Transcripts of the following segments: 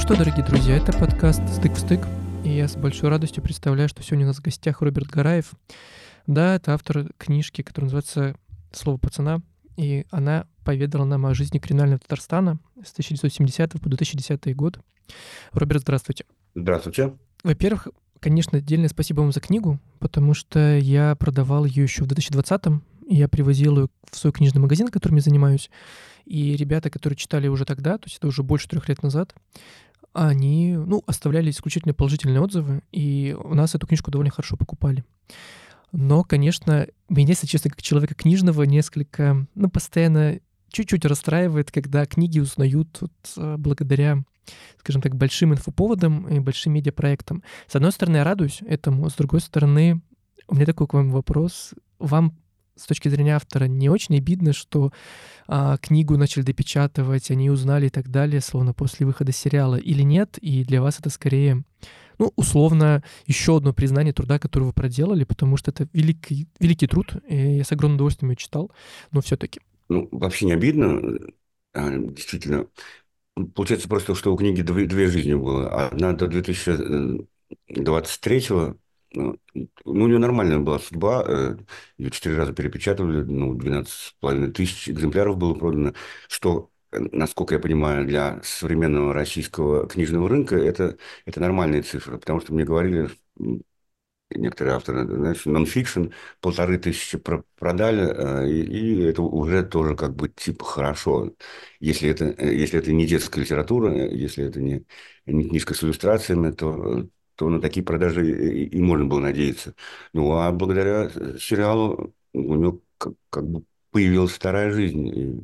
Ну что, дорогие друзья, это подкаст «Стык в стык», и я с большой радостью представляю, что сегодня у нас в гостях Роберт Гараев. Да, это автор книжки, которая называется «Слово пацана», и она поведала нам о жизни криминального Татарстана с 1970 по 2010 год. Роберт, здравствуйте. Здравствуйте. Во-первых, конечно, отдельное спасибо вам за книгу, потому что я продавал ее еще в 2020-м, и я привозил ее в свой книжный магазин, которым я занимаюсь, и ребята, которые читали уже тогда, то есть это уже больше 3 лет назад, они, оставляли исключительно положительные отзывы, и у нас эту книжку довольно хорошо покупали. Но, конечно, меня, если честно, как человека книжного, несколько, постоянно чуть-чуть расстраивает, когда книги узнают благодаря, скажем так, большим инфоповодам и большим медиапроектам. С одной стороны, я радуюсь этому, с другой стороны, у меня такой к вам вопрос. Вам с точки зрения автора не очень обидно, что книгу начали допечатывать, они узнали и так далее, словно после выхода сериала, или нет? И для вас это скорее, условно, еще одно признание труда, который вы проделали, потому что это великий, великий труд, и я с огромным удовольствием ее читал, но все-таки. Вообще не обидно, действительно. Получается просто, что у книги две жизни было. Одна до 2023-го. У нее нормальная была судьба. Ее 4 раза перепечатывали, 12,5 тысяч экземпляров было продано, что, насколько я понимаю, для современного российского книжного рынка это нормальные цифры, потому что мне говорили некоторые авторы, знаешь, нонфикшн, 1500 продали, и это уже тоже как бы типа хорошо. Если это не детская литература, если это не книжка с иллюстрациями, то на такие продажи и можно было надеяться. А благодаря сериалу у него как бы появилась вторая жизнь. И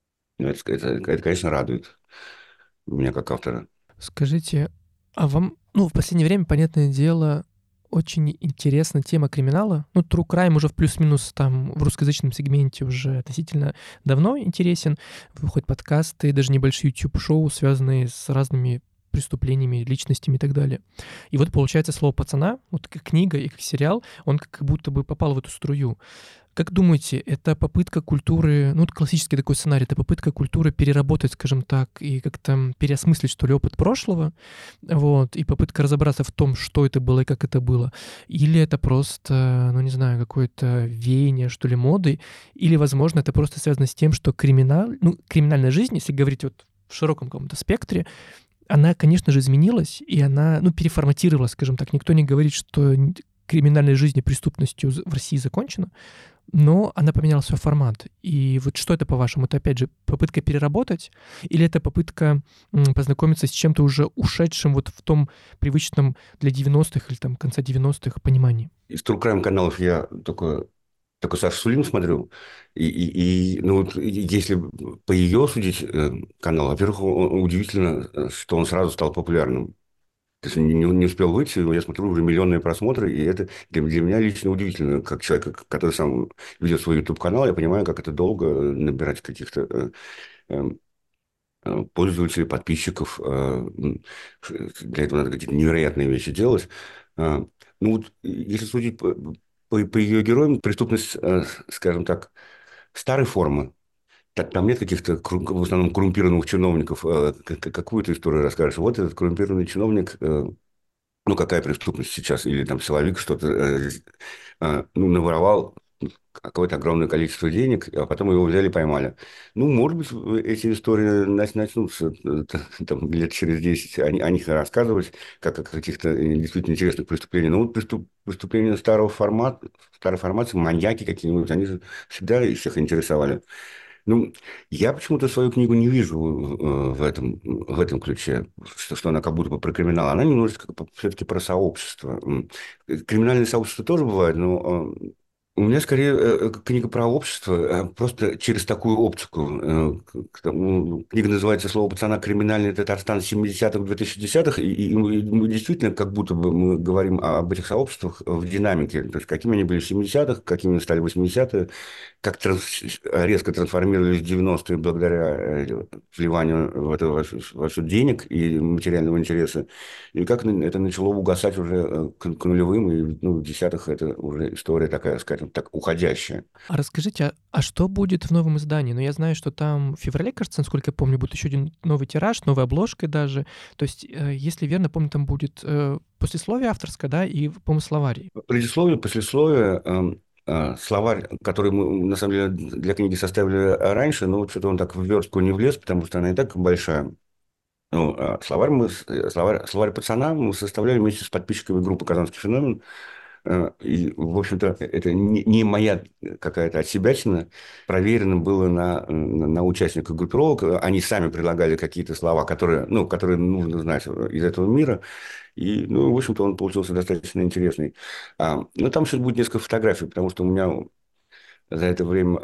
это, конечно, радует меня как автора. Скажите, а вам, в последнее время, понятное дело, очень интересна тема криминала. True Crime уже в плюс-минус там в русскоязычном сегменте уже относительно давно интересен. Выходят подкасты, даже небольшие YouTube-шоу, связанные с разными преступлениями, личностями и так далее. И вот получается «Слово пацана», вот как книга и как сериал, он как будто бы попал в эту струю. Как думаете, это попытка культуры, это классический такой сценарий, это попытка культуры переработать, скажем так, и как-то переосмыслить, что ли, опыт прошлого, и попытка разобраться в том, что это было и как это было? Или это просто, не знаю, какое-то веяние, что ли, моды? Или, возможно, это просто связано с тем, что криминальная жизнь, если говорить вот в широком каком-то спектре, она, конечно же, изменилась, и она, переформатировалась, скажем так. Никто не говорит, что криминальной жизнью, преступностью в России закончена, но она поменяла свой формат. И вот что это, по-вашему? Это, опять же, попытка переработать? Или это попытка познакомиться с чем-то уже ушедшим вот в том привычном для 90-х или там конца 90-х понимании? Из True Crime каналов я только Сашу Сулим смотрю. Если по ее судить канал, во-первых, удивительно, что он сразу стал популярным. То есть не успел выйти, я смотрю, уже миллионные просмотры, и это для меня лично удивительно, как человек, который сам ведет свой YouTube-канал, я понимаю, как это долго набирать каких-то пользователей, подписчиков. Для этого надо какие-то невероятные вещи делать. Если судить по ее героям, преступность, скажем так, старой формы. Там нет каких-то, в основном, коррумпированных чиновников. Какую ты историю расскажешь? Вот этот коррумпированный чиновник, какая преступность сейчас? Или там силовик что-то наворовал какое-то огромное количество денег, а потом его взяли и поймали. Может быть, эти истории начнутся там, лет через 10, о них рассказывать, как о каких-то действительно интересных преступлениях. Но преступления старой формации, маньяки какие-нибудь, они же всегда всех интересовали. Я почему-то свою книгу не вижу в этом ключе, что она как будто бы про криминал. Она немножечко все-таки про сообщество. Криминальные сообщества тоже бывают, но у меня скорее книга про общество, просто через такую оптику. Книга называется «Слово пацана. Криминальный Татарстан 70-х, 2010-х», и мы действительно как будто бы мы говорим об этих сообществах в динамике. То есть, какими они были в 70-х, какими они стали в 80-е, как резко трансформировались в 90-е благодаря вливанию в это во всю денег и материального интереса, и как это начало угасать уже к нулевым, и в десятых это уже история такая, скажем, так уходящее. А расскажите, а что будет в новом издании? Ну, я знаю, что там в феврале, кажется, насколько я помню, будет еще один новый тираж, новой обложкой даже. То есть, если верно помню, там будет послесловие авторское, да, и, по-моему, словарь. Предисловие, послесловие, словарь, который мы, на самом деле, для книги составили раньше, но вот что-то он так в верстку не влез, потому что она и так большая. Ну, словарь пацана мы составляли вместе с подписчиками группы «Казанский феномен». И, в общем-то, это не моя какая-то отсебятина. Проверено было на участниках группировок. Они сами предлагали какие-то слова, которые нужно знать из этого мира. И, ну, в общем-то, он получился достаточно интересный. Но там сейчас будет несколько фотографий, потому что у меня за это время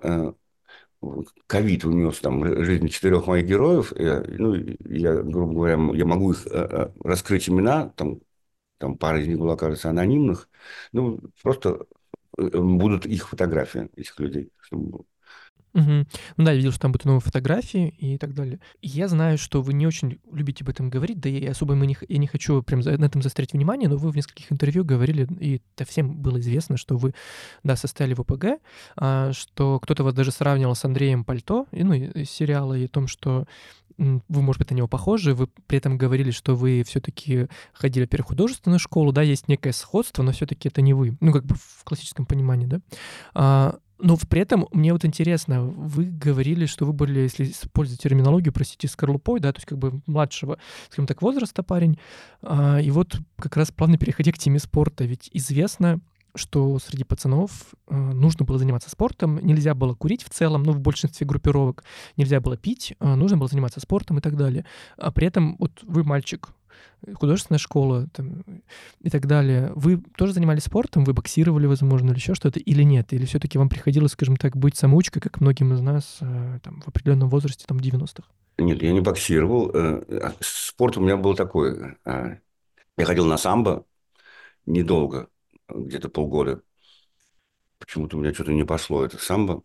ковид унес там жизнь 4 моих героев. Ну, я, грубо говоря, я могу их раскрыть имена, там пара из них была, кажется, анонимных. Ну, просто будут их фотографии, этих людей. Мгм. Ну да, я видел, что там будут новые фотографии и так далее. И я знаю, что вы не очень любите об этом говорить, да и особо я не хочу прям на этом заострять внимание, но вы в нескольких интервью говорили, и это всем было известно, что вы, да, состояли в ОПГ, что кто-то вас даже сравнивал с Андреем Пальто, ну, из сериала, и о том, что вы, может быть, на него похожи, вы при этом говорили, что вы все-таки ходили, во-первых, в художественную школу, да, есть некое сходство, но все-таки это не вы, ну, как бы в классическом понимании, да. Но при этом мне вот интересно, вы говорили, что вы были, если использовать терминологию, простите, скорлупой, да, то есть как бы младшего, скажем так, возраста парень, и вот как раз плавно переходя к теме спорта, ведь известно, что среди пацанов нужно было заниматься спортом, нельзя было курить в целом, ну, в большинстве группировок, нельзя было пить, нужно было заниматься спортом и так далее. А при этом вот вы мальчик, художественная школа там, и так далее. Вы тоже занимались спортом? Вы боксировали, возможно, или еще что-то, или нет? Или все-таки вам приходилось, скажем так, быть самоучкой, как многим из нас там, в определенном возрасте, там, 90-х? Нет, я не боксировал. Спорт у меня был такой. Я ходил на самбо недолго, где-то полгода. Почему-то у меня что-то не пошло это самбо.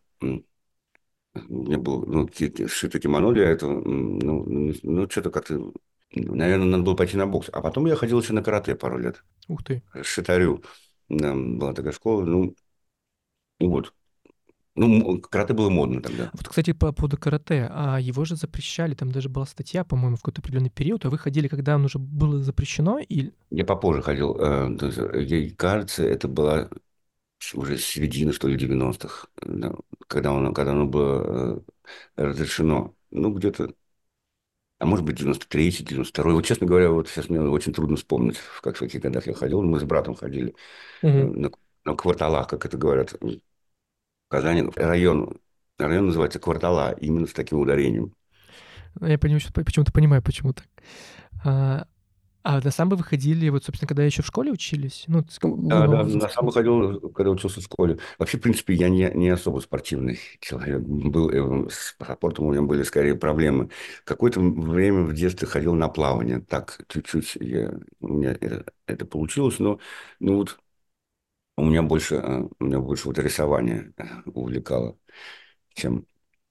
У меня был сшито кимоно для этого. Ну, что-то как-то... Наверное, надо было пойти на бокс. А потом я ходил еще на карате пару лет. Ух ты. Шитарю. Была такая школа. Ну, вот. Ну, карате было модно тогда. Вот, кстати, по поводу карате, его же запрещали, там даже была статья, по-моему, в какой-то определенный период, а вы ходили, когда оно уже было запрещено, и... Я попозже ходил. То есть, кажется, это была уже середина, что ли, 90-х, да, когда оно было разрешено. Ну, где-то, а может быть, 93-й, 92-й. Вот, честно говоря, вот сейчас мне очень трудно вспомнить, в каких годах я ходил. Мы с братом ходили Мгм. на кварталах, как это говорят в Казани. Район называется квартала, именно с таким ударением. Я понимаю, почему-то понимаю, почему так. А, на самбо вы ходили, вот, собственно, когда еще в школе учились? Ну, в Да, любом да, на возрасте. самбо ходил, когда учился в школе. Вообще, в принципе, я не особо спортивный человек был. С спортом у меня были скорее проблемы. Какое-то время в детстве ходил на плавание. Так, чуть-чуть у меня это получилось, но ну вот у меня больше вот рисование увлекало, чем,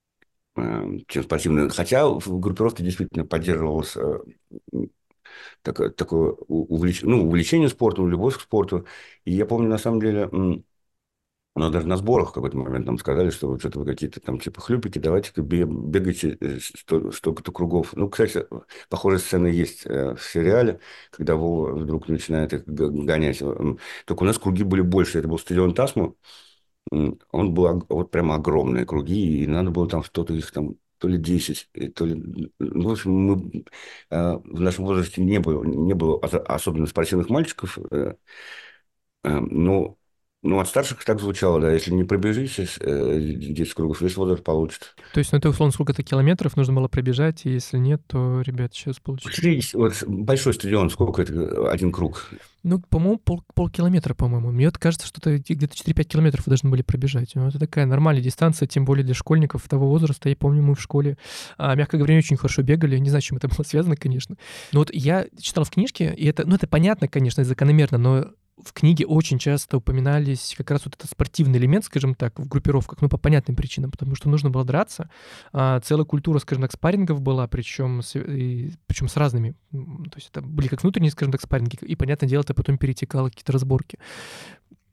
чем спортивное. Хотя в группировке действительно поддерживалось такое увлечение спортом, любовь к спорту. И я помню, на самом деле, но даже на сборах в какой-то момент нам сказали, что вот что-то вы какие-то там типа хлюпики, давайте-ка бегайте столько-то кругов. Ну, кстати, похожая сцена есть в сериале, когда Вова вдруг начинает их гонять. Только у нас круги были больше. Это был стадион Тасму. Он был вот прямо огромные круги, и надо было там что-то их там то ли 10, то ли... Ну, в общем, мы в нашем возрасте не было особенно спортивных мальчиков, но от старших так звучало, да, если не пробежитесь 10 кругов, весь возраст получит. То есть, ну, это, условно, сколько-то километров нужно было пробежать, и если нет, то, ребят, сейчас получите. Вот большой стадион, сколько это один круг? Ну, по-моему, полкилометра, по-моему. Мне вот кажется, что это где-то 4-5 километров вы должны были пробежать. Ну, это такая нормальная дистанция, тем более для школьников того возраста. Я помню, мы в школе, мягко говоря, не очень хорошо бегали. Не знаю, с чем это было связано, конечно. Но вот я читал в книжке, и это, ну, это понятно, конечно, закономерно, но в книге очень часто упоминались как раз вот этот спортивный элемент, скажем так, в группировках, ну, по понятным причинам, потому что нужно было драться. Целая культура, скажем так, спаррингов была, причем с разными. То есть это были как внутренние, скажем так, спарринги, и, понятное дело, это потом перетекало в какие-то разборки.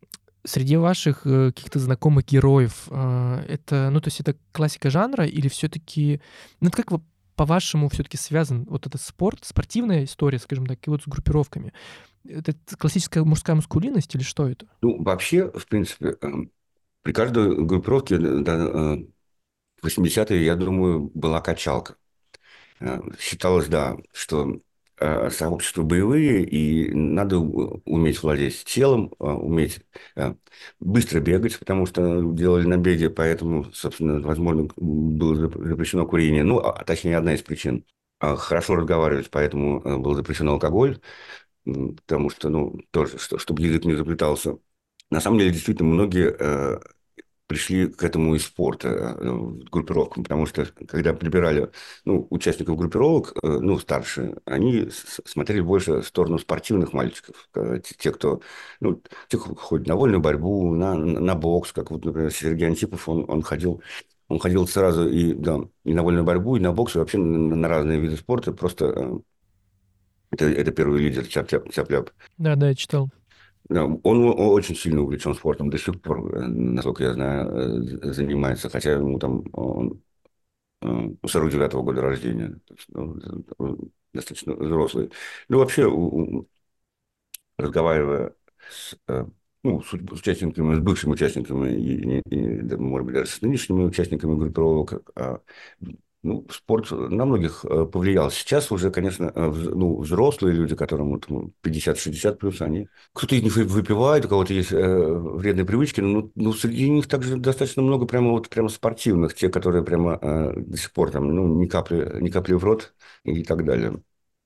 Среди ваших каких-то знакомых героев это, ну, то есть это классика жанра или все-таки, ну, это как по-вашему все-таки связан вот этот спорт, спортивная история, скажем так, и вот с группировками? Это классическая мужская маскулинность или что это? Ну, вообще, в принципе, при каждой группировке в 80-е, я думаю, была качалка. Считалось, да, что сообщества боевые, и надо уметь владеть телом, уметь быстро бегать, потому что делали набеги, поэтому, собственно, возможно, было запрещено курение. Ну, точнее, одна из причин. Хорошо разговаривать, поэтому был запрещен алкоголь, потому что, ну, тоже, чтобы язык не заплетался. На самом деле, действительно, многие пришли к этому из спорта, группировкам, потому что, когда прибирали, ну, участников группировок, ну, старшие, они смотрели больше в сторону спортивных мальчиков, те, кто, ну, те, кто ходит на вольную борьбу, на бокс, как вот, например, Сергей Антипов, он ходил сразу и, да, и на вольную борьбу, и на бокс, и вообще на разные виды спорта, просто это первый лидер Тяп-Ляп. Да, я читал. Да, он очень сильно увлечен спортом, до сих пор, насколько я знаю, занимается, хотя ему там он 49-го года рождения, то есть, ну, достаточно взрослый. Ну, вообще, разговаривая ну, с участниками, с бывшими участниками да, может быть, даже с нынешними участниками группировок, ну, спорт на многих повлиял. Сейчас уже, конечно, ну, взрослые люди, которым вот, 50-60 плюс, они... Кто-то из них выпивает, у кого-то есть вредные привычки, но ну, среди них также достаточно много прямо, вот, прямо спортивных, те, которые прямо до сих пор там, ну, ни капли в рот и так далее.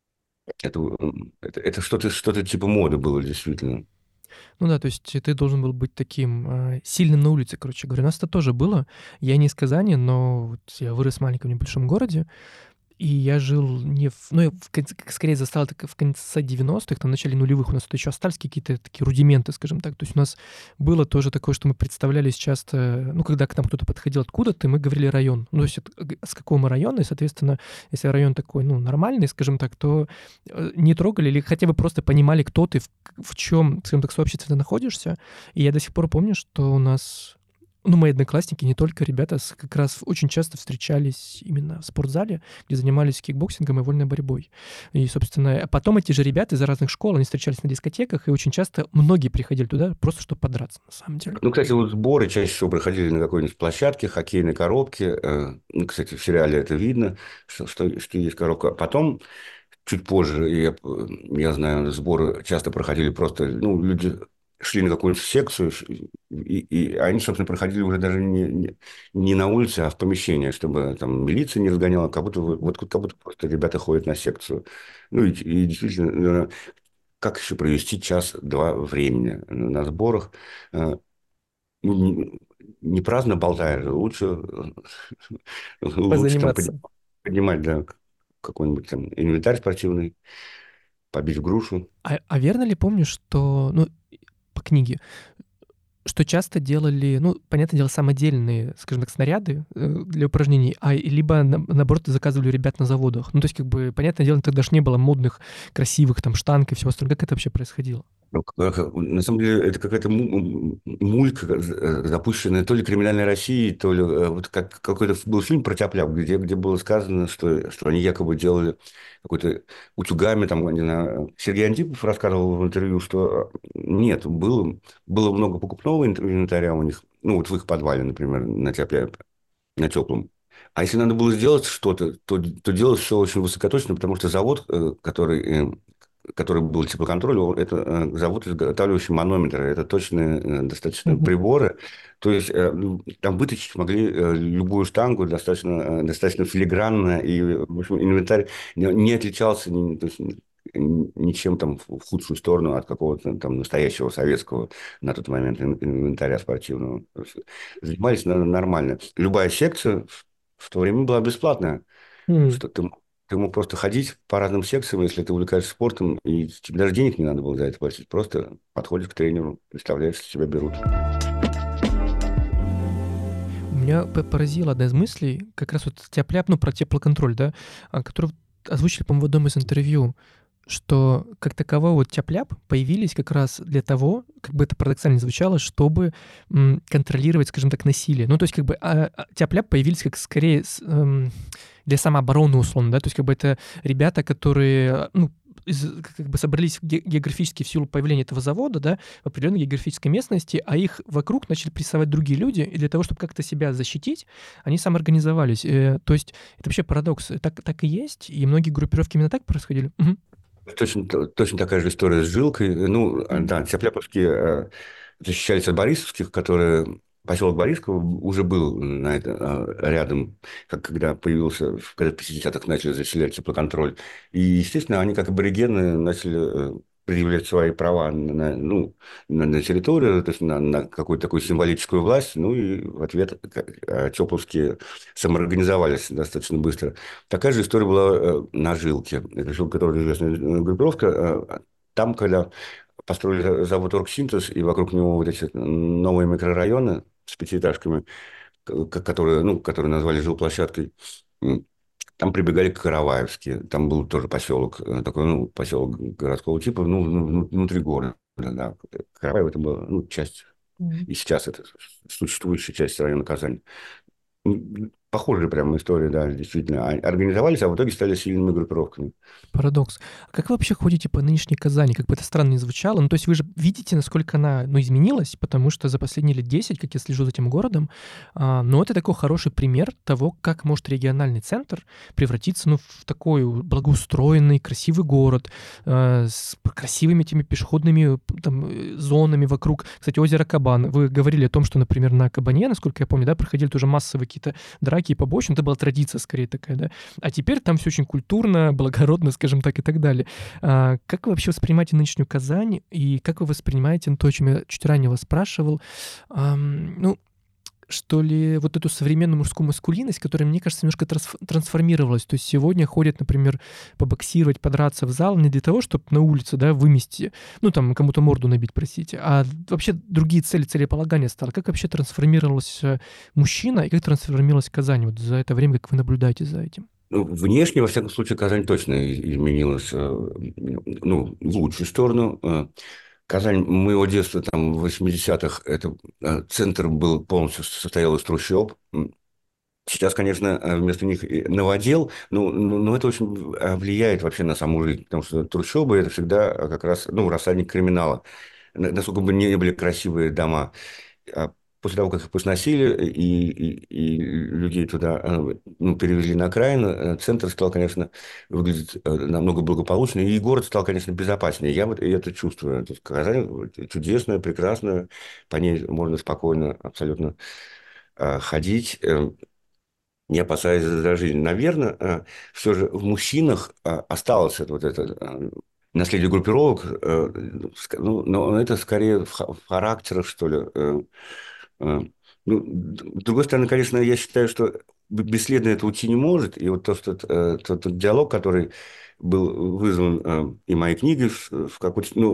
Это что-то типа моды было, действительно. Ну да, то есть ты должен был быть таким сильным на улице, короче говоря. У нас это тоже было. Я не из Казани, но вот я вырос в маленьком небольшом городе. И я жил не в... Ну, я скорее застал это в конце 90-х, там, в начале нулевых у нас тут еще остались какие-то такие рудименты, скажем так. То есть у нас было тоже такое, что мы представлялись часто... Ну, когда к нам кто-то подходил откуда-то, мы говорили район. Ну, то есть с какого мы района, и, соответственно, если район такой, ну, нормальный, скажем так, то не трогали или хотя бы просто понимали, кто ты, в чем, скажем так, сообществе ты находишься. И я до сих пор помню, что у нас... Ну, мои одноклассники, не только ребята, как раз очень часто встречались именно в спортзале, где занимались кикбоксингом и вольной борьбой. И, собственно, потом эти же ребята из разных школ, они встречались на дискотеках, и очень часто многие приходили туда просто, чтобы подраться, на самом деле. Ну, кстати, вот сборы чаще всего проходили на какой-нибудь площадке, хоккейной коробке. Ну, кстати, в сериале это видно, что есть коробка. Потом, чуть позже, я знаю, сборы часто проходили просто... Ну, люди шли на какую-нибудь секцию, и они, собственно, проходили уже даже не на улице, а в помещении, чтобы там милиция не разгоняла, как будто просто ребята ходят на секцию. Ну, и действительно, как еще провести час-два времени на сборах? Ну, не праздно болтаешь, лучше там Позаниматься. поднимать, да, какой-нибудь там инвентарь спортивный, побить в грушу. А верно ли помню, что, ну, по книге, что часто делали, ну, понятное дело, самодельные, скажем так, снаряды для упражнений, либо, наоборот, заказывали у ребят на заводах. Ну, то есть, как бы, понятное дело, тогда же не было модных, красивых там штанг и всего остального. Как это вообще происходило? Ну, на самом деле, это какая-то мулька, запущенная то ли «Криминальной Россией», то ли вот какой-то был фильм про тяп где было сказано, что они якобы делали какой-то утюгами, там, не знаю, Сергей Антипов рассказывал в интервью, что нет, было много покупного инвентаря у них, ну, вот в их подвале, например, на тяп на теплом. А если надо было сделать что-то, то делалось все очень высокоточно, потому что завод, который был теплоконтроль, это завод, изготавливающий манометры, это точные достаточно Мгм. приборы. То есть ну, там вытащить могли любую штангу достаточно филигранно, и, в общем, инвентарь не отличался то есть, ничем там в худшую сторону от какого-то там настоящего советского на тот момент инвентаря спортивного. То есть занимались нормально. Любая секция в то время была бесплатная. М. Что ты мог просто ходить по разным секциям, если ты увлекаешься спортом, и тебе даже денег не надо было за это платить. Просто подходишь к тренеру, представляешь, что тебя берут. Меня поразила одна из мыслей, как раз вот тяп-ляп, ну, про теплоконтроль, да, которую озвучили, по-моему, в одном из интервью. что как такового вот тяп-ляп появились как раз для того, как бы это парадоксально ни звучало, чтобы контролировать, скажем так, насилие. Ну, то есть как бы тяп-ляп появились как скорее для самообороны условно, да, то есть как бы это ребята, которые, ну, как бы собрались географически в силу появления этого завода, да, в определенной географической местности, а их вокруг начали прессовать другие люди, и для того, чтобы как-то себя защитить, они самоорганизовались. То есть это вообще парадокс. Так и есть, и многие группировки именно так происходили. Мгм. Точно такая же история с жилкой. Ну, Мгм. да, тяпляповские защищались от борисовских, которые... Поселок Борисково уже был на это, рядом, как когда появился, когда в 50-х начали заселять теплоконтроль. И, естественно, они, как аборигены, начали предъявлять свои права ну, на территорию, то есть на какую-то такую символическую власть. Ну, и в ответ тепловские самоорганизовались достаточно быстро. Такая же история была на Жилке. Это Жилка тоже известная группировка. Там, когда построили завод «Оргсинтез», и вокруг него вот эти новые микрорайоны с пятиэтажками, которые назвали жилплощадкой, там прибегали к Караваевске. Там был тоже поселок, такой, ну, поселок городского типа, внутри города. Да. Караваево это была, ну, часть, Мгм. и сейчас это существующая часть района Казани. Похожая прям история, да, действительно. Организовались, а в итоге стали сильными группировками. Парадокс. А как вы вообще ходите по нынешней Казани? Как бы это странно ни звучало. Ну, то есть вы же видите, насколько она, ну, изменилась, потому что за последние лет 10, как я слежу за этим городом, ну, это такой хороший пример того, как может региональный центр превратиться, ну, в такой благоустроенный, красивый город, с красивыми этими пешеходными там, зонами вокруг. Кстати, озеро Кабан. Вы говорили о том, что, например, на Кабане, насколько я помню, да, проходили тоже массовые какие-то драки и побоища. Ну, это была традиция скорее такая, да. А теперь там все очень культурно, благородно, скажем так, и так далее. Как вы вообще воспринимаете нынешнюю Казань, и как вы воспринимаете, ну, то, о чем я чуть ранее вас спрашивал, ну, что ли, вот эту современную мужскую маскулинность, которая, мне кажется, немножко трансформировалась. То есть сегодня ходят, например, побоксировать, подраться в зал не для того, чтобы на улице, да, вымести, ну, там, кому-то морду набить, простите, а вообще другие цели, целеполагания стало. Как вообще трансформировался мужчина и как трансформировалась Казань вот за это время, как вы наблюдаете за этим? Ну, внешне, во всяком случае, Казань точно изменилась, ну, в лучшую сторону. Казань моего детства, там, в 80-х, это центр был полностью состоял из трущоб. Сейчас, конечно, вместо них и новодел, но это очень влияет вообще на саму жизнь, потому что трущобы – это всегда как раз, ну, рассадник криминала. Насколько бы ни были красивые дома, а после того, как их посносили и людей туда ну, перевезли на окраину, центр стал, конечно, выглядеть намного благополучнее, и город стал, конечно, безопаснее. Я вот это чувствую. То есть Казань чудесная, прекрасная, по ней можно спокойно абсолютно ходить, не опасаясь за жизнь. Наверное, все же в мужчинах осталось вот это наследие группировок, ну, но это скорее в характерах, что ли. Э, Ну, с другой стороны, конечно, я считаю, что бесследно это уйти не может. И вот тот диалог, который был вызван и моей книгой в какой-то, ну,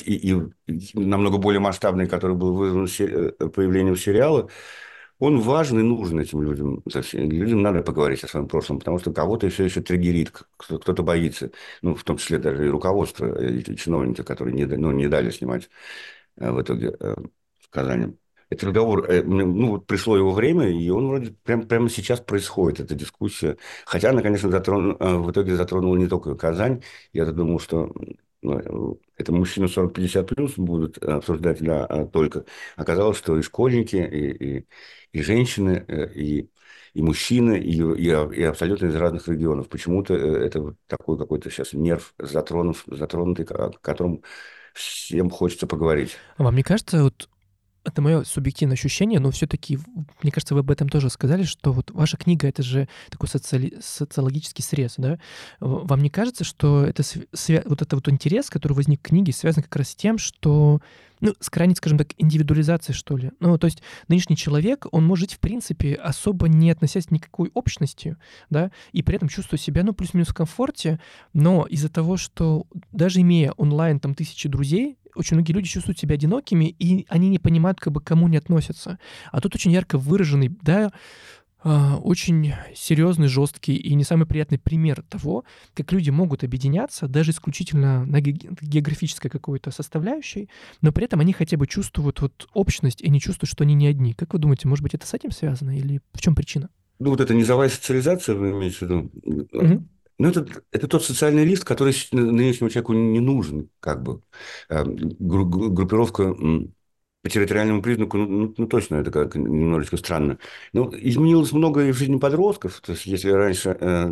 и намного более масштабный, который был вызван появлением сериала, он важен и нужен этим людям. Людям надо поговорить о своем прошлом, потому что кого-то все еще триггерит, кто-то боится. Ну, в том числе даже и руководство, и чиновники, которые не дали снимать в итоге в Казани. Этот разговор, ну, вот пришло его время, и он вроде прямо сейчас происходит, эта дискуссия. Хотя она, конечно, в итоге затронула не только Казань. Я думал, что ну, это мужчины 40-50 плюс будут обсуждать, да, только. Оказалось, что и школьники, и женщины, и мужчины, и абсолютно из разных регионов. Почему-то это вот такой какой-то сейчас нерв затронутый, о котором всем хочется поговорить. А вам не кажется, вот это мое субъективное ощущение, но все-таки, мне кажется, вы об этом тоже сказали, что вот ваша книга — это же такой социологический срез, да? Вам не кажется, что это вот этот вот интерес, который возник в книге, связан как раз с тем, что, ну, с крайней, скажем так, индивидуализацией, что ли? Ну, то есть нынешний человек, он может жить, в принципе, особо не относясь к никакой общности, да, и при этом чувствуя себя, ну, плюс-минус в комфорте, но из-за того, что даже имея онлайн там тысячи друзей, очень многие люди чувствуют себя одинокими, и они не понимают, как бы, к кому не относятся. А тут очень ярко выраженный, да, Очень серьезный, жесткий и не самый приятный пример того, как люди могут объединяться даже исключительно на географической какой-то составляющей, но при этом они хотя бы чувствуют вот общность и не чувствуют, что они не одни. Как вы думаете, может быть, это с этим связано или в чем причина? Ну, вот эта низовая социализация, вы имеете в виду? Мгм. Ну, это тот социальный лист, который нынешнему человеку не нужен, как бы. Группировка по территориальному признаку, ну, точно, это как немножечко странно. Но изменилось многое и в жизни подростков. То есть, если раньше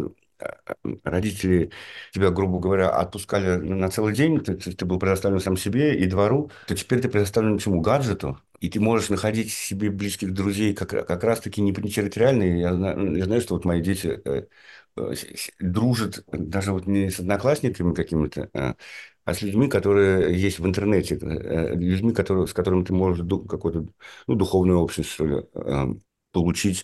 родители тебя, грубо говоря, отпускали на целый день, ты был предоставлен сам себе и двору, то теперь ты предоставлен чему? Гаджету. И ты можешь находить себе близких друзей как раз-таки не территориальные. Я знаю, что вот мои дети дружат даже вот не с одноклассниками какими-то, а с людьми, которые есть в интернете, людьми, с которыми ты можешь какое-то духовное общество, что ли, получить.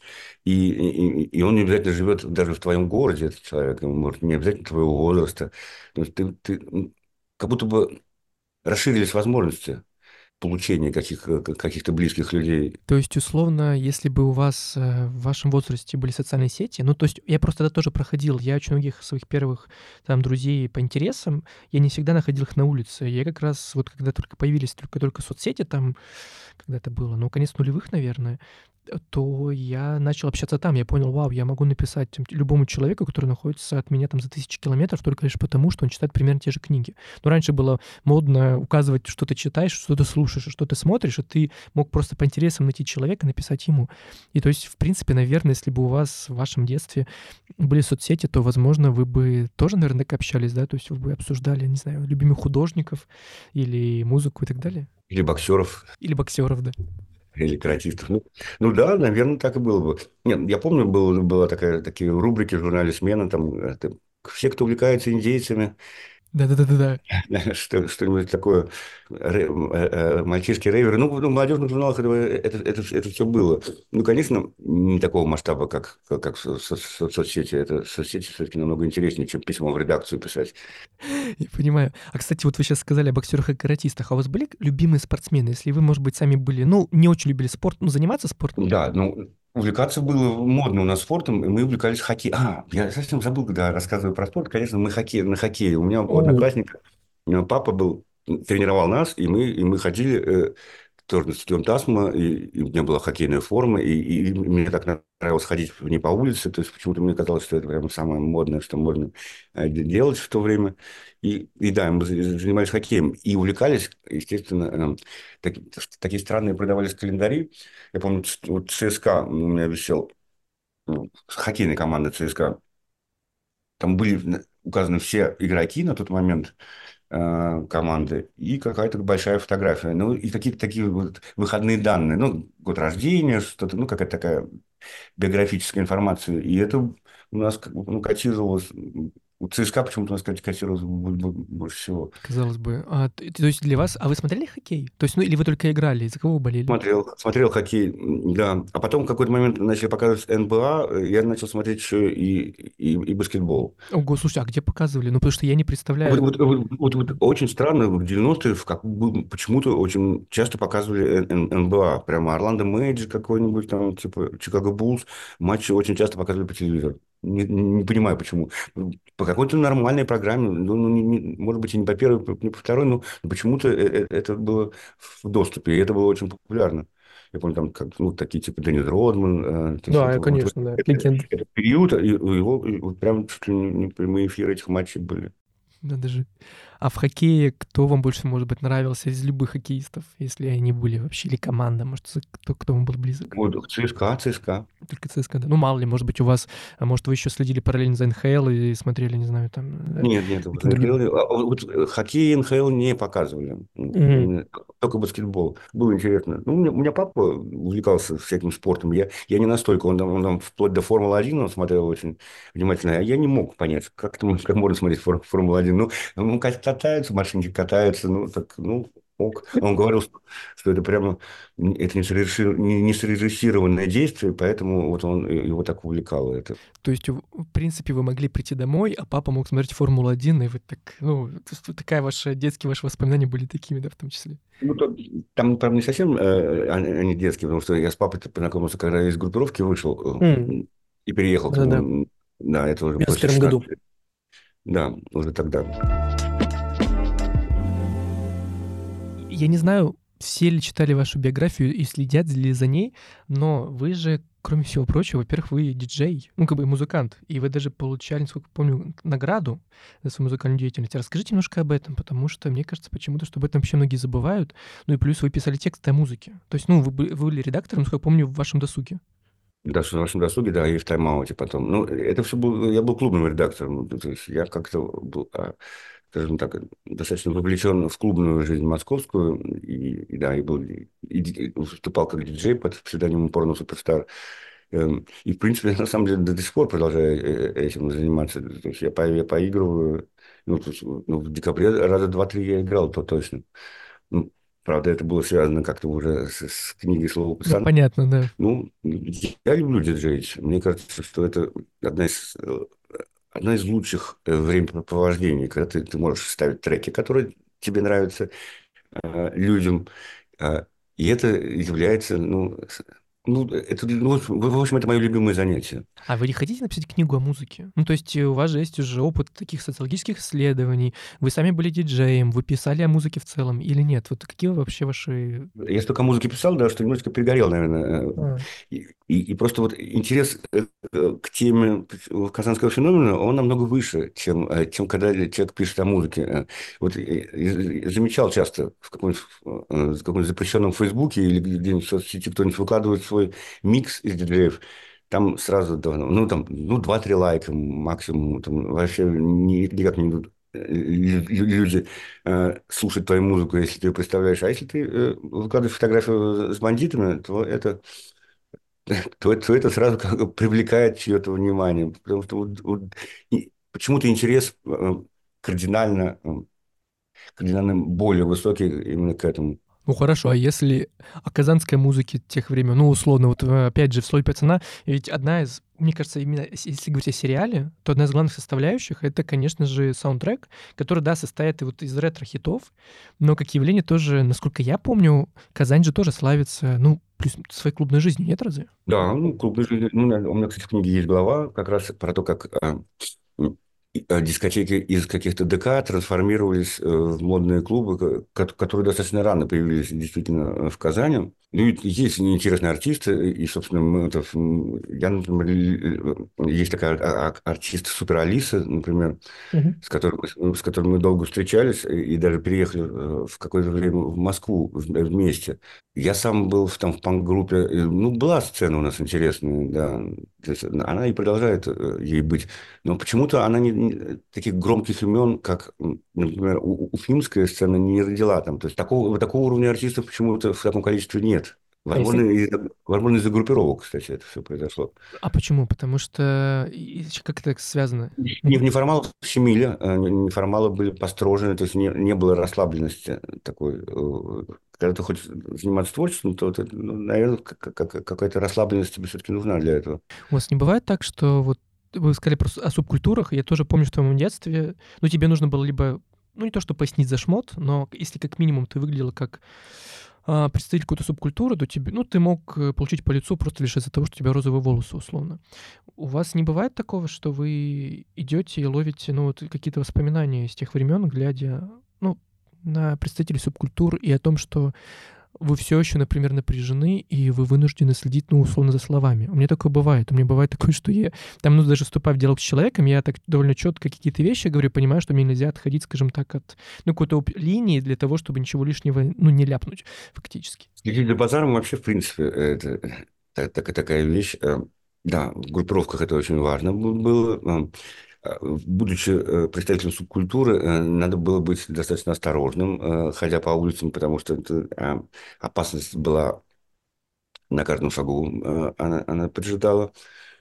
И он не обязательно живет даже в твоем городе, этот человек, ему, может, не обязательно твоего возраста. То есть как будто бы расширились возможности получения каких-то близких людей. То есть, условно, если бы у вас в вашем возрасте были социальные сети, ну, то есть я просто это тоже проходил, я очень многих своих первых там друзей по интересам, я не всегда находил их на улице. Я как раз вот когда только появились только соцсети, там, когда это было, ну, конец нулевых, наверное, то я начал общаться там. Я понял, вау, я могу написать любому человеку, который находится от меня там за тысячи километров, только лишь потому, что он читает примерно те же книги. Но раньше было модно указывать, что ты читаешь, что ты слушаешь, что ты смотришь, и ты мог просто по интересам найти человека, написать ему. И то есть, в принципе, наверное, если бы у вас в вашем детстве были соцсети, то, возможно, вы бы тоже, наверное, так общались, да? То есть вы бы обсуждали, не знаю, любимых художников или музыку и так далее. Или боксеров, Или боксеров, да. или каратистов. Ну да, наверное, так и было бы. Нет, я помню, была такие рубрики в журнале «Смена», там, все, кто увлекается индейцами, Да-да-да-да-да. что-нибудь такое, мальчишки рейверы. Ну, в молодежных журналах это все было. Ну, конечно, не такого масштаба, как соцсети. Это соцсети все-таки намного интереснее, чем письмо в редакцию писать. Я понимаю. А, кстати, вот вы сейчас сказали о боксерах и каратистах. А у вас были любимые спортсмены? Если вы, может быть, сами были, ну, не очень любили спорт, ну, заниматься спортом? Да, ну, увлекаться было модно у нас спортом, и мы увлекались хоккеем. Я совсем забыл, когда рассказываю про спорт. Конечно, мы на хоккее. У меня у О, одноклассника папа тренировал нас, и мы ходили тоже на стадион Тасма, и у меня была хоккейная форма, и мне так нравилось ходить в ней по улице, то есть почему-то мне казалось, что это прям самое модное, что можно делать в то время. И да, мы занимались хоккеем и увлекались, естественно, так- такие странные продавались календари. Я помню, вот ЦСКА у меня висел, хоккейная команда ЦСКА. Там были указаны все игроки на тот момент команды и какая-то большая фотография. Ну, и какие-то такие вот выходные данные. Ну, год рождения, что-то, ну, какая-то такая биографическая информация. И это у нас котировалось. У ЦСКА почему-то у нас котировалось больше всего. казалось бы. То есть для вас... А вы смотрели хоккей? То есть, ну, или вы только играли? За кого вы болели? Смотрел хоккей, да. А потом в какой-то момент начали показывать НБА, я начал смотреть еще и баскетбол. Ого, слушайте, а где показывали? Ну, потому что я не Вот, представляю. вот, вот, вот очень странно, в 90-е почему-то очень часто показывали НБА. Прямо Орландо Мэйджи какой-нибудь, там, типа Чикаго Буллс. Матчи очень часто показывали по телевизору. Не понимаю, почему. По какой-то нормальной программе, может быть, и не по первой, не по второй, но почему-то это было в доступе, и это было очень популярно. Я помню, там такие типа Деннис Родман. То есть Да, это вот конечно, да. Легенда. этот период, и у его вот прям чуть ли не прямые эфиры этих матчей были. Надо же. А в хоккее кто вам больше, может быть, нравился из любых хоккеистов, если они были вообще, или команда, может, кто вам был близок? Вот ЦСКА. Только ЦСКА, да. Ну, мало ли, может быть, у вас, может, вы еще следили параллельно за НХЛ и смотрели, не знаю, там, Нет, вот каким другим. хоккей и НХЛ не показывали. Мгм. Только баскетбол. Было интересно. Ну, у меня папа увлекался всяким спортом. Я не настолько. Он там вплоть до Формулы-1 он смотрел очень внимательно. А я не мог понять, как можно смотреть Формулу-1. Ну, катаются, машинки катаются. Ну, так, ну, ок. Он говорил, что это прямо это не срежиссированное действие, поэтому вот он его так увлекало это. То есть, в принципе, вы могли прийти домой, а папа мог смотреть «Формулу-1», и вы так, ну, то есть вот такая ваша детские ваши воспоминания были такими, да, в том числе? Ну, там, правда, не совсем они детские, потому что я с папой познакомился, когда я из группировки вышел М, и переехал к Да-да, нему. Да, это в уже после 91 году. 16. Да, уже тогда. Я не знаю, все ли читали вашу биографию и следят ли за ней, но вы же, кроме всего прочего, во-первых, вы диджей, ну, как бы музыкант, и вы даже получали, насколько помню, награду за свою музыкальную деятельность. Расскажите немножко об этом, потому что мне кажется почему-то, что об этом вообще многие забывают. Ну и плюс вы писали тексты о музыке. То есть, ну, вы были редактором, насколько я помню, в вашем досуге. Да, в нашем досуге, да, и в тайм-ауте потом. Ну, это все был, я был клубным редактором, то есть я как-то был, скажем так, достаточно вовлечен в клубную жизнь московскую, да, и был, выступал как диджей под псевдонимом Порно Суперстар. И, в принципе, на самом деле, до сих пор продолжаю этим заниматься. То есть я поигрываю, ну, то есть, ну, в декабре раза два-три я играл, то точно. Ну, правда, это было связано как-то уже с книгой «Слово Ну, пацана». понятно, да. Ну, я люблю диджеить. Мне кажется, что это одна из лучших времяпрепровождений, когда ты можешь ставить треки, которые тебе нравятся людям, э, и это является, в общем, это мое любимое занятие. А вы не хотите написать книгу о музыке? Ну, то есть у вас же есть уже опыт таких социологических исследований, вы сами были диджеем, вы писали о музыке в целом или нет? Вот какие вообще ваши... Я столько музыки писал, да, что немножечко перегорел, наверное. А, И просто вот интерес к теме казанского феномена, он намного выше, чем когда человек пишет о музыке. Вот я замечал часто в каком-нибудь запрещенном Фейсбуке или где-нибудь в соцсети кто-нибудь выкладывает свой микс из диджеев, там сразу, да, ну, 2-3 лайка максимум, там вообще никак не идут люди слушать твою музыку, если ты ее представляешь. А если ты выкладываешь фотографию с бандитами, то это сразу как бы привлекает чье-то внимание. Потому что почему-то интерес кардинально более высокий именно к этому. ну хорошо, а если о казанской музыке тех времен, ну, условно, вот опять же, в «Слове пацана», ведь одна из, мне кажется, именно если говорить о сериале, то одна из главных составляющих — это, конечно же, саундтрек, который, да, состоит и вот из ретро-хитов, но как явление тоже, насколько я помню, Казань же тоже славится, ну, плюс своей клубной жизнью, нет разве? Да, ну, клубной жизни. Ну, у меня, кстати, в книге есть глава как раз про то, как дискотеки из каких-то ДК трансформировались в модные клубы, которые достаточно рано появились действительно в Казани. Ну, и есть интересные артисты, и, собственно, я, например, есть такая артист Супер Алиса, например, Мгм. с которым мы долго встречались и даже переехали в какое-то время в Москву вместе. Я сам был в панк-группе. Ну, была сцена у нас интересная, да. То есть она и продолжает ей быть. Но почему-то она таких громких имен, как, например, уфимская сцена, не родила там. То есть такого уровня артистов почему-то в таком количестве нет. А Возможно, если... возможно, из-за группировок, кстати, это все произошло. А почему? Потому что... как это связано? Мгм. Неформалов щемили, неформалы были построже, то есть не было расслабленности такой. Когда ты хочешь заниматься творчеством, то, наверное, какая-то расслабленность тебе все-таки нужна для этого. У вас не бывает так, что вот вы сказали просто о субкультурах, и я тоже помню, что в моем детстве, ну, тебе нужно было либо, ну, не то, что пояснить за шмот, но если как минимум ты выглядела как представитель какой-то субкультуры, то тебе, ну, ты мог получить по лицу просто лишь из-за того, что у тебя розовые волосы, условно. У вас не бывает такого, что вы идете и ловите, ну, вот какие-то воспоминания из тех времен, глядя, ну, на представителей субкультур и о том, что вы все еще, например, напряжены, и вы вынуждены следить, ну, условно, за словами. У меня такое бывает. У меня бывает такое, что я там, ну, даже вступая в диалог с человеком, я так довольно четко какие-то вещи говорю, понимаю, что мне нельзя отходить, скажем так, от, ну, какой-то линии для того, чтобы ничего лишнего, ну, не ляпнуть фактически. Следить за базаром вообще, в принципе, это такая вещь. Да, в группировках это очень важно было. Будучи представителем субкультуры, надо было быть достаточно осторожным, ходя по улицам, потому что опасность была на каждом шагу, она поджидала.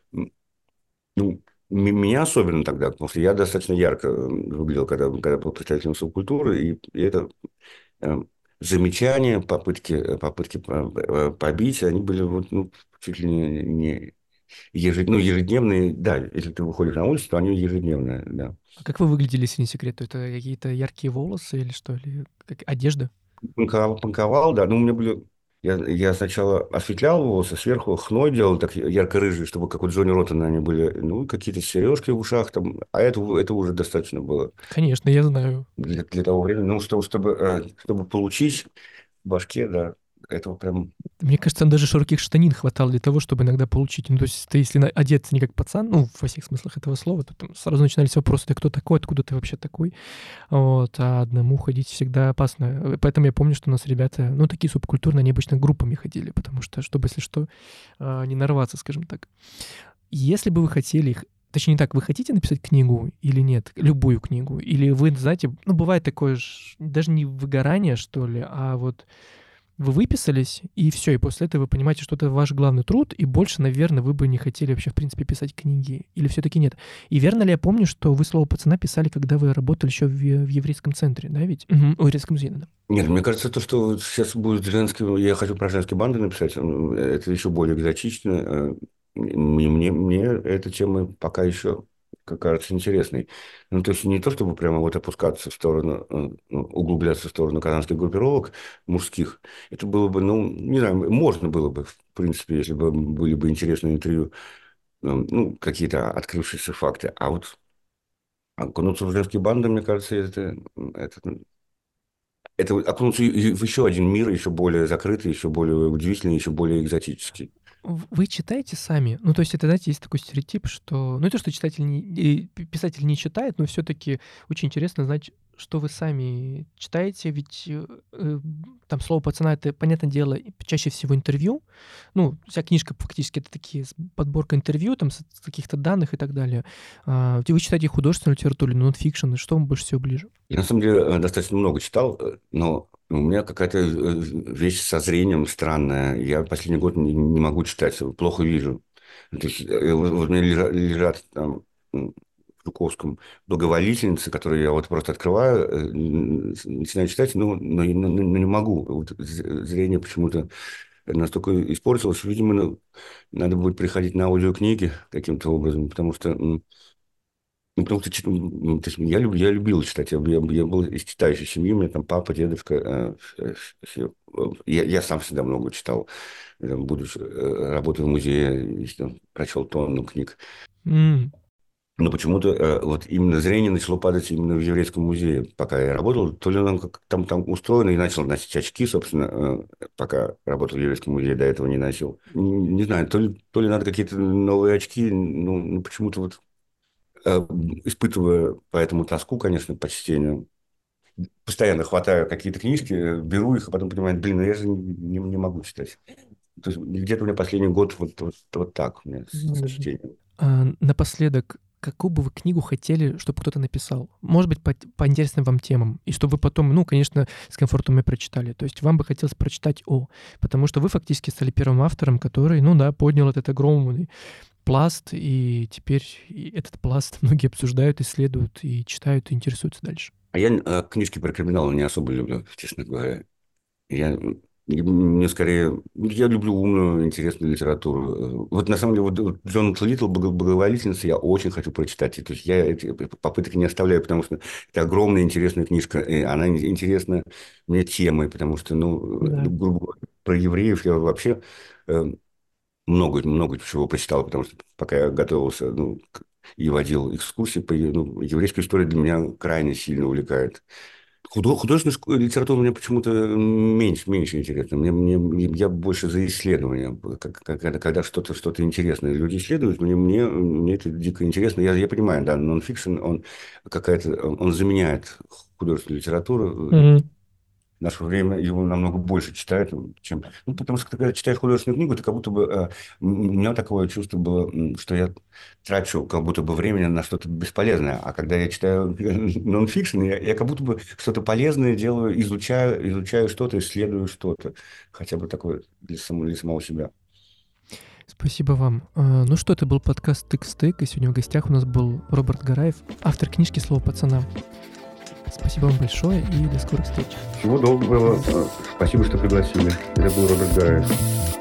Ну, меня особенно тогда, потому что я достаточно ярко выглядел, когда был представителем субкультуры, и это э, замечания, попытки побить, они были вот, ну, чуть ли не ежедневные. Да, если ты выходишь на улицу, то они ежедневные, да. А как вы выглядели, если не секрет? Это какие-то яркие волосы или что? Или как одежда? Панковал, да. Ну, у меня были... Я сначала осветлял волосы, сверху хной делал, так ярко-рыжие, чтобы как у Джонни Роттена они были. Ну, какие-то сережки в ушах там. А это уже достаточно было Конечно, я знаю. для того времени. Ну, чтобы получить в башке, да, этого прям... Мне кажется, там даже широких штанин хватало для того, чтобы иногда получить. Ну, то есть ты, если одеться не как пацан, ну, во всех смыслах этого слова, то там сразу начинались вопросы: ты кто такой, откуда ты вообще такой? Вот, а одному ходить всегда опасно. Поэтому я помню, что у нас ребята, ну, такие субкультурно, они обычно группами ходили, потому что, чтобы, если что, не нарваться, скажем так. Если бы вы хотели их, точнее не так, вы хотите написать книгу или нет? Любую книгу? Или вы, знаете, ну, бывает такое ж, даже не выгорание, что ли, а вот вы выписались, и все, и после этого вы понимаете, что это ваш главный труд, и больше, наверное, вы бы не хотели вообще, в принципе, писать книги. Или все-таки нет? И верно ли я помню, что вы «Слово пацана» писали, когда вы работали еще в еврейском центре, да, ведь? Ой, в еврейском музее, да. Нет, мне кажется, то, что вот сейчас будет женский... Я хочу про женские банды написать, это еще более экзотично. Мне эта тема пока еще кажется интересной. Ну, то есть не то, чтобы прямо вот опускаться в сторону, ну, углубляться в сторону казанских группировок мужских. Это было бы, ну, не знаю, можно было бы, в принципе, если бы были бы интересные интервью, ну, какие-то открывшиеся факты. А вот окунуться в женские банды, мне кажется, это вот окунуться в еще один мир, еще более закрытый, еще более удивительный, еще более экзотический. Вы читаете сами? Ну, то есть это, знаете, есть такой стереотип, что... Ну, не то, что читатель писатель не читает, но все таки очень интересно знать, что вы сами читаете, ведь там «Слово пацана» — это, понятное дело, чаще всего интервью. Ну, вся книжка фактически это такие подборка интервью, там, с каких-то данных и так далее. Вы читаете художественную литературу или нонфикшн, и что вам больше всего ближе? Я, на самом деле, достаточно много читал, но у меня какая-то вещь со зрением странная. Я последний год не могу читать, плохо вижу. То есть, вот у меня лежат там в Жуковском «Благоволительницы», которые я вот просто открываю, начинаю читать, но не могу. Вот зрение почему-то настолько испортилось. Видимо, надо будет приходить на аудиокниги каким-то образом, потому что... потому что то есть я любил читать, я был из читающей семьи, у меня там папа, дедушка, я сам всегда много читал, будучи, работая в музее, там, прочел тонну книг. М. Но почему-то вот именно зрение начало падать именно в еврейском музее, пока я работал. То ли он как там устроено, и начал носить очки, собственно, пока работал в еврейском музее, до этого не носил. Не знаю, то ли надо какие-то новые очки, ну почему-то вот э, испытывая поэтому тоску, конечно, по чтению. Постоянно хватаю какие-то книжки, беру их, а потом понимаю, блин, ну я же не могу читать. То есть где-то у меня последний год вот так у меня с Надо же. чтением. Напоследок, какую бы вы книгу хотели, чтобы кто-то написал? Может быть, по интересным вам темам. И чтобы вы потом, ну, конечно, с комфортом и прочитали. То есть вам бы хотелось прочитать потому что вы фактически стали первым автором, который, ну да, поднял этот огромный пласт, и теперь этот пласт многие обсуждают, исследуют и читают, и интересуются дальше. А я книжки про криминал не особо люблю, честно говоря. Я, мне скорее... Я люблю умную, интересную литературу. Вот на самом деле, вот Джонатан Литл «Благоволительница» я очень хочу прочитать. И, то есть я эти попытки не оставляю, потому что это огромная интересная книжка. И она интересна мне темой, потому что, ну, Да. грубо говоря, про евреев я вообще э, много чего прочитал, потому что пока я готовился, ну, и водил экскурсии по еврейской истории, для меня крайне сильно увлекает. Художественная литература мне почему-то меньше интересна. Я больше за исследования. Когда что-то интересное люди исследуют, мне это дико интересно. Я понимаю, да, нонфикшн, он заменяет художественную литературу. Мгм. В наше время его намного больше читают, чем... Ну, потому что, когда читаешь художественную книгу, это как будто бы... у меня такое чувство было, что я трачу как будто бы времени на что-то бесполезное. А когда я читаю нонфикшн, я как будто бы что-то полезное делаю, изучаю что-то, исследую что-то. Хотя бы такое для самого себя. Спасибо вам. Ну что, это был подкаст «Тык-стык», и сегодня в гостях у нас был Роберт Гараев, автор книжки «Слово пацана». Спасибо вам большое и до скорых встреч. Всего доброго. Спасибо, что пригласили. Это был Роберт Гараев.